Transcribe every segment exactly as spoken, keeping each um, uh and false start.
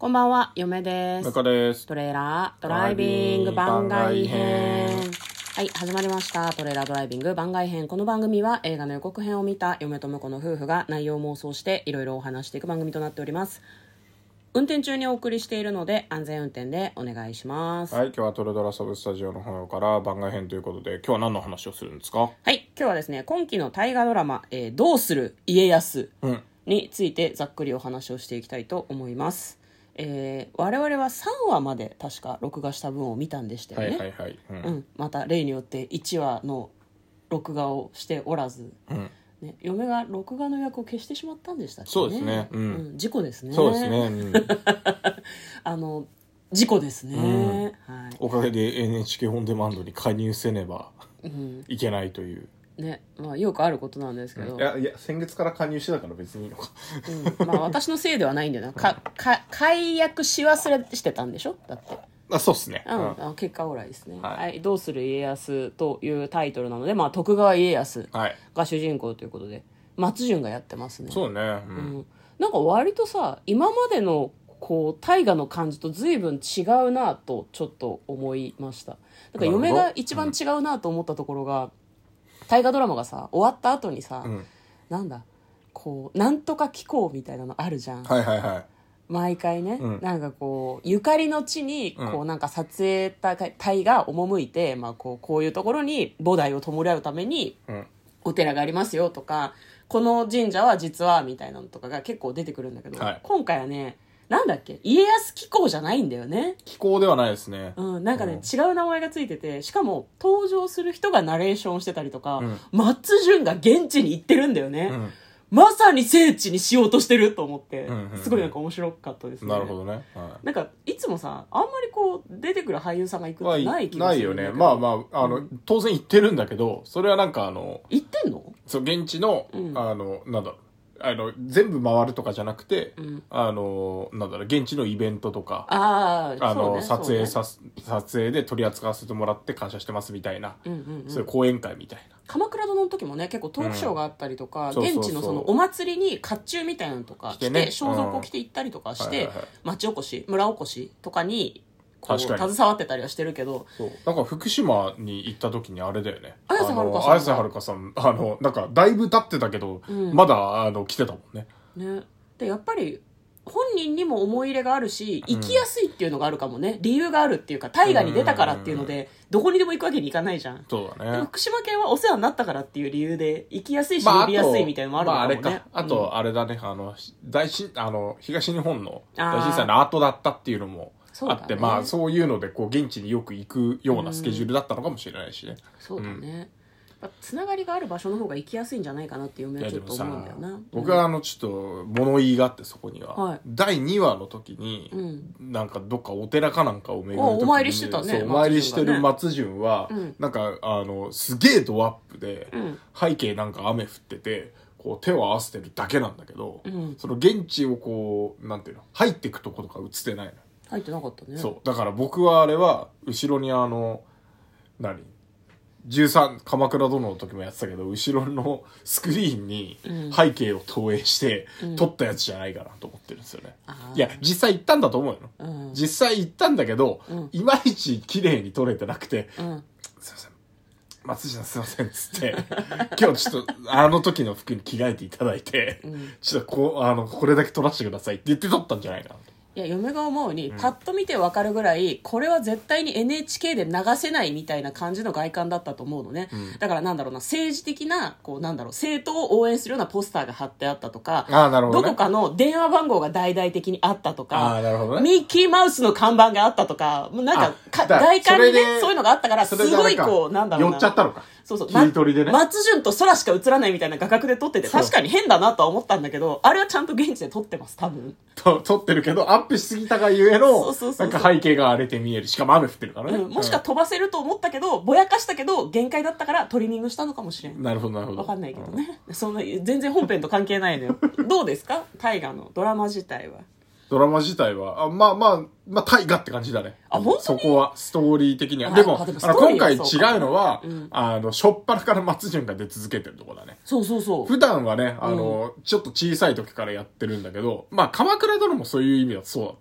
こんばんは、嫁です。 中です。 トレーラードライビング番外編。はい、始まりました。トレーラードライビング番外編。この番組は映画の予告編を見た嫁と婿の夫婦が内容を妄想していろいろお話していく番組となっております。運転中にお送りしているので安全運転でお願いします。 はい、今日はトレドラサブスタジオの方から番外編ということで、今日は何の話をするんですか？ はい、今日はですね、今期の大河ドラマ、えー、どうする家康についてざっくりお話をしていきたいと思います。えー、我々はさんわまで確か録画した分を見たんでしたよね。 はいはいはい、うんうん、また例によっていちわの録画をしておらず、 うんね、嫁が録画の予約を消してしまったんでしたっけね。 そうですね、うんうん、事故ですね。 そうですね、うん、 あの事故ですね、うんはい、 おかげで エヌエイチケー オンデマンドに加入せねばいけないという、 うんねまあ、よくあることなんですけど、 うん、いやいや先月から加入してたから別にいいのか、 うんまあ、私のせいではないんだよな。かか解約し忘れしてたんでしょだって。 あそうっすね、 うんうんあ結果オーライですね、 はいはい、どうする家康というタイトルなので、まあ、徳川家康はいが主人公ということで、松潤がやってますね。 そうね、うんうん、なんか割とさ今までのこう大河の感じと随分違うなとちょっと思いました。だから嫁が一番違うなと思ったところが、うん、大河ドラマがさ終わった後にさ、うん、なんだこうなんとか機構みたいなのあるじゃん。 はいはいはい、 毎回ね、うん、なんかこうゆかりの地にこう、 うん、 なんか撮影隊が赴いて、まあ、こうこういうところに菩提を弔うためにお寺がありますよとか、この神社は実はみたいなのとかが結構出てくるんだけど、はい、今回はねなんだっけ家康機構じゃないんだよね。 機構ではないですね、 うん、なんかね、うん、違う名前がついてて、しかも登場する人がナレーションしてたりとか、うん、松潤が現地に行ってるんだよね、うん、まさに聖地にしようとしてると思って、うんうんうん、すごいなんか面白かったですね。 なるほどね、 はい、なんかいつもさあんまりこう出てくる俳優さんが行くってない気がするんだけど、 ないよね。まあまああの、うん、当然行ってるんだけど、それはなんかあの行ってんの？ そう現地の、うん、あのなんだろうあの全部回るとかじゃなくて、うん、あのなんだろう現地のイベントとかああの、ね、撮影さ、 ね、 撮影で取り扱わせてもらって感謝してますみたいな、うんうんうん、そういう講演会みたいな。 鎌倉殿の時もね結構トークショーがあったりとか、うん、現地のそのお祭りに甲冑みたいなのとか着て、ね、装束を着て行ったりとかして、うんはいはいはい、町おこし村おこしとかにこう携わってたりはしてるけど、 そうなんか福島に行った時にあれだよね、 綾瀬はるかさん綾瀬はるかさんあのなんかだいぶ経ってたけど、うん、まだあの来てたもんね。 ねでやっぱり本人にも思い入れがあるし行きやすいっていうのがあるかもね、うん、理由があるっていうか大河に出たからっていうのでどこにでも行くわけにいかないじゃん。 そうだね。 でも福島県はお世話になったからっていう理由で行きやすいし呼びやすいみたいなのもあるのかもね。 まあ、あれかあとあれだね、あの大震あの東日本の大震災の後だったっていうのもあって、ね、まあそういうのでこう現地によく行くようなスケジュールだったのかもしれないしね。 そうだね、うん、つながりがある場所の方が行きやすいんじゃないかなっていうのはちょっと思うんだよな。 僕はあのちょっと物言いがあってそこには、はい、だいにわの時に、うん、なんかどっかお寺かなんかを巡る時にお参りしてたね。 そうお参りしてる松潤は、うん、なんかあのすげえドアップで、うん、背景なんか雨降っててこう手を合わせてるだけなんだけど、うん、その現地をこうなんていうの入っていくとことか映ってないの。 入ってなかったね。 そうだから僕はあれは後ろにあの何じゅうさん鎌倉殿の時もやってたけど後ろのスクリーンに背景を投影して撮ったやつじゃないかなと思ってるんですよね、うん、いや実際行ったんだと思うよ、うん、実際行ったんだけど、うん、いまいち綺麗に撮れてなくて、うん、すいません松下すいませんっつって今日ちょっとあの時の服に着替えていただいて、うん、ちょっとこうあのこれだけ撮らせてくださいって言って撮ったんじゃないかなと。 いや嫁が思うに、うん、パッと見て分かるぐらいこれは絶対に エヌエイチケー で流せないみたいな感じの外観だったと思うのね、うん、だからなんだろうな政治的なこうなんだろう政党を応援するようなポスターが貼ってあったとか、 あ、なるほどね、 どこかの電話番号が大々的にあったとか、 あ、なるほどね、 ミッキーマウスの看板があったとかもうなんかか外観にねそういうのがあったからすごいこうなんだろうな寄っちゃったのか。 そうそう、 切り取りでね、 松潤と空しか映らないみたいな画角で撮ってて確かに変だなとは思ったんだけど、あれはちゃんと現地で撮ってます多分。 と撮ってるけどアップしすぎたがゆえのなんか背景が荒れて見える、しかも雨降ってるからね、 うん、もしか飛ばせると思ったけど、うん、ぼやかしたけど限界だったからトリミングしたのかもしれん。 なるほどなるほど、 分かんないけどね、うん、そんな全然本編と関係ないのよどうですか大河のドラマ自体は。 ドラマ自体はあまあまあまあ大河って感じだね。 あ本当にそこはストーリー的には。でもあでもあの今回違うのは、うん、あの初っ端から松潤が出続けてるところだね。 そうそうそう。 普段はねあの、うん、ちょっと小さい時からやってるんだけど、まあ鎌倉殿もそういう意味はそうだったよね。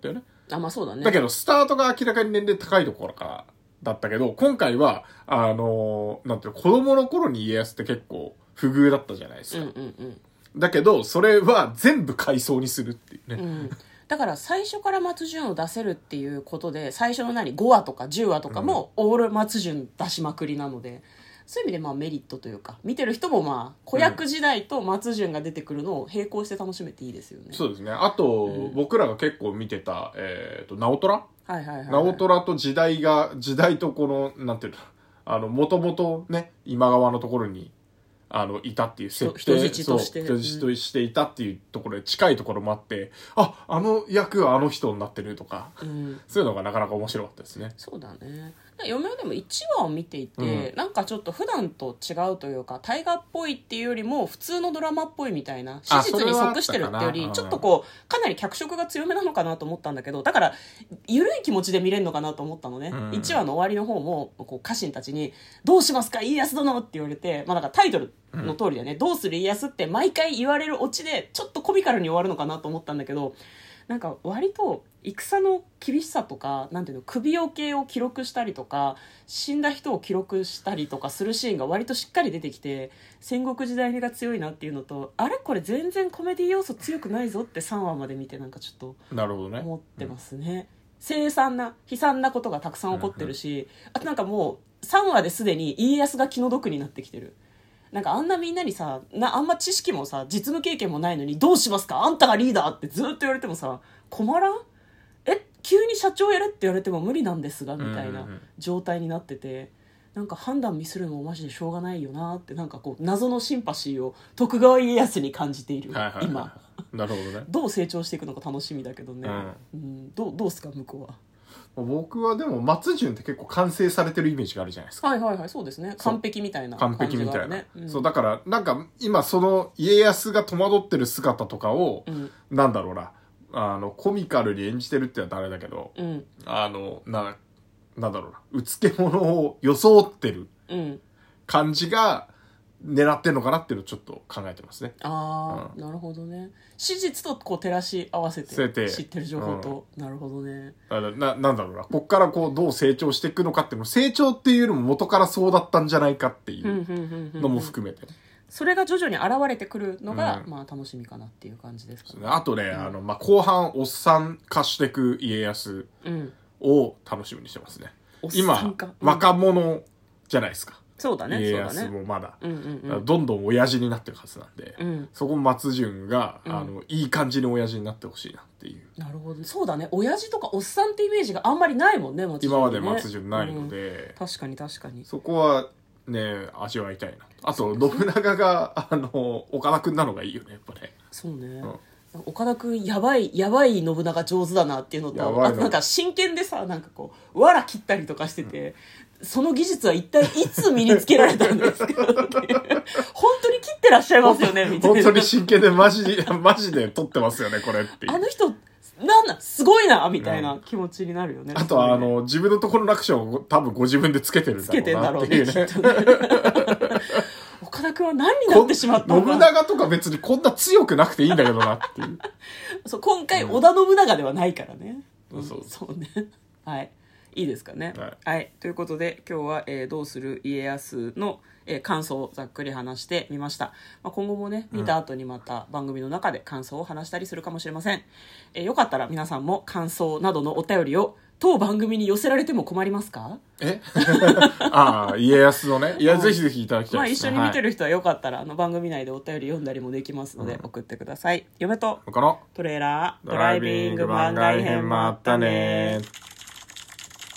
あ、まあそうだね。 だけど、スタートが明らかに年齢高いところからだったけど、今回は、あの、なんていうの、子供の頃に家康って結構不遇だったじゃないですか。 うんうんうん。 だけど、それは全部回想にするっていうね。 うん、だから最初から松潤を出せるっていうことで、最初の何ごわとかじゅうわとかもオール松潤出しまくりなので、そういう意味でまあメリットというか、見てる人もまあ子役時代と松潤が出てくるのを並行して楽しめていいですよね。 そうですね。あと、 うん、 僕らが結構見てた、えっと、直虎はいはいはい、はい。 直虎と時代が、時代とこの、なんていうの、あの、もともとね、今川のところに、あの、いたっていう設定。 人質として。 そう、人質としていたっていうところで近いところもあって、あ、あの役はあの人になってるとか、うん、そういうのがなかなか面白かったですね。 そうだね。嫁はでもいちわを見ていて、うん、なんかちょっと普段と違うというか、大河っぽいっていうよりも普通のドラマっぽいみたいな、史実に即してるっていうより、ちょっとこう、かなり脚色が強めなのかなと思ったんだけど、だから、緩い気持ちで見れるのかなと思ったのね。うん、いちわの終わりの方も、こう家臣たちに、どうしますか家康殿って言われて、まあなんかタイトルの通りだよね、うん、どうする家康って毎回言われるオチで、ちょっとコミカルに終わるのかなと思ったんだけど、なんか割と戦の厳しさとか、なんていうの、首よけを記録したりとか、死んだ人を記録したりとかするシーンが割としっかり出てきて、戦国時代味が強いなっていうのと、あれこれ全然コメディ要素強くないぞってさんわまで見てなんかちょっと思ってますね。なるほどね。凄惨な悲惨なことがたくさん起こってるし、うんうん、あとなんかもうさんわですでに家康が気の毒になってきてる。なんかあんなみんなにさな、あんま知識もさ実務経験もないのに、どうしますかあんたがリーダーってずっと言われてもさ困らん？え急に社長やれって言われても無理なんですがみたいな状態になってて、なんか判断ミスるのもマジでしょうがないよなって、なんかこう謎のシンパシーを徳川家康に感じている、はいはいはい、今なるほどね。 どう成長していくのか楽しみだけどね、うんうん、どうどうすか向こうは。 僕はでも松潤って結構完成されてるイメージがあるじゃないですか。 はいはいはい、そうですね。完璧みたいな感じがあるね。完璧みたいな、 うん、そうだからなんか今その家康が戸惑ってる姿とかを、うん、なんだろうな、あのコミカルに演じてるってのは誰だけど、うん、あのななんだろうな、うつけ者を装ってる感じが狙ってんのかなっていうのをちょっと考えてますね。 ああ、うん、なるほどね。史実とこう照らし合わせて知ってる情報と、うん、なるほどね。 な, な, なんだろうな、こっからこうどう成長していくのかっていうの、成長っていうよりも元からそうだったんじゃないかっていうのも含めて、 それが徐々に現れてくるのが、うん、まあ楽しみかなっていう感じですかね。 あとね、うん、あのまあ後半おっさん化していく家康を楽しみにしてますね。うん、今、うん、若者じゃないですか。 そうだね。 家康もまだ、 うんうんうん、 どんどん親父になってるはずなんで、うん、そこ松潤が、 うん、 あのいい感じに親父になってほしいなっていう。 なるほど。そうだね。親父とかおっさんってイメージがあんまりないもんね、松潤ね。 今まで松潤ないので、 うん、確かに確かに。 そこはね味わいたいな。あと信長があの岡田君なのがいいよね、やっぱね。 そうね。うん、岡田君やばいやばい信長上手だなっていうのと、あとなんか真剣でさ、なんかこう藁切ったりとかしてて、うん、その技術は一体いつ身につけられたんですかっていう本当に切ってらっしゃいますよねみたいな。 本当に真剣でマジでマジで撮ってますよねこれっていう。 あの人なんだすごいなみたいな気持ちになるよね。 うん、あとは、ね、あの自分のところのアクションを多分ご自分でつけてるんだろうなっていうね。つけてんだろうねきっとね。岡田君は何になってしまったのか。 信長とか別にこんな強くなくていいんだけどなっていう。 そう今回織田信長ではないからね。 うん、そうそうね。はい。いいですかね。 はい。 はい、ということで今日は、えー、どうする家康の、えー、感想をざっくり話してみました。まあ、今後もね見た後にまた番組の中で感想を話したりするかもしれません。えー、よかったら皆さんも感想などのお便りを当番組に寄せられても困りますか？ えああ、家康のね。いや、ぜひぜひいただきたいです、ね。 まあ、一緒に見てる人はよかったら、はい、あの番組内でお便り読んだりもできますので、うん、送ってください。嫁とトレーラードライビング番外編もあったね。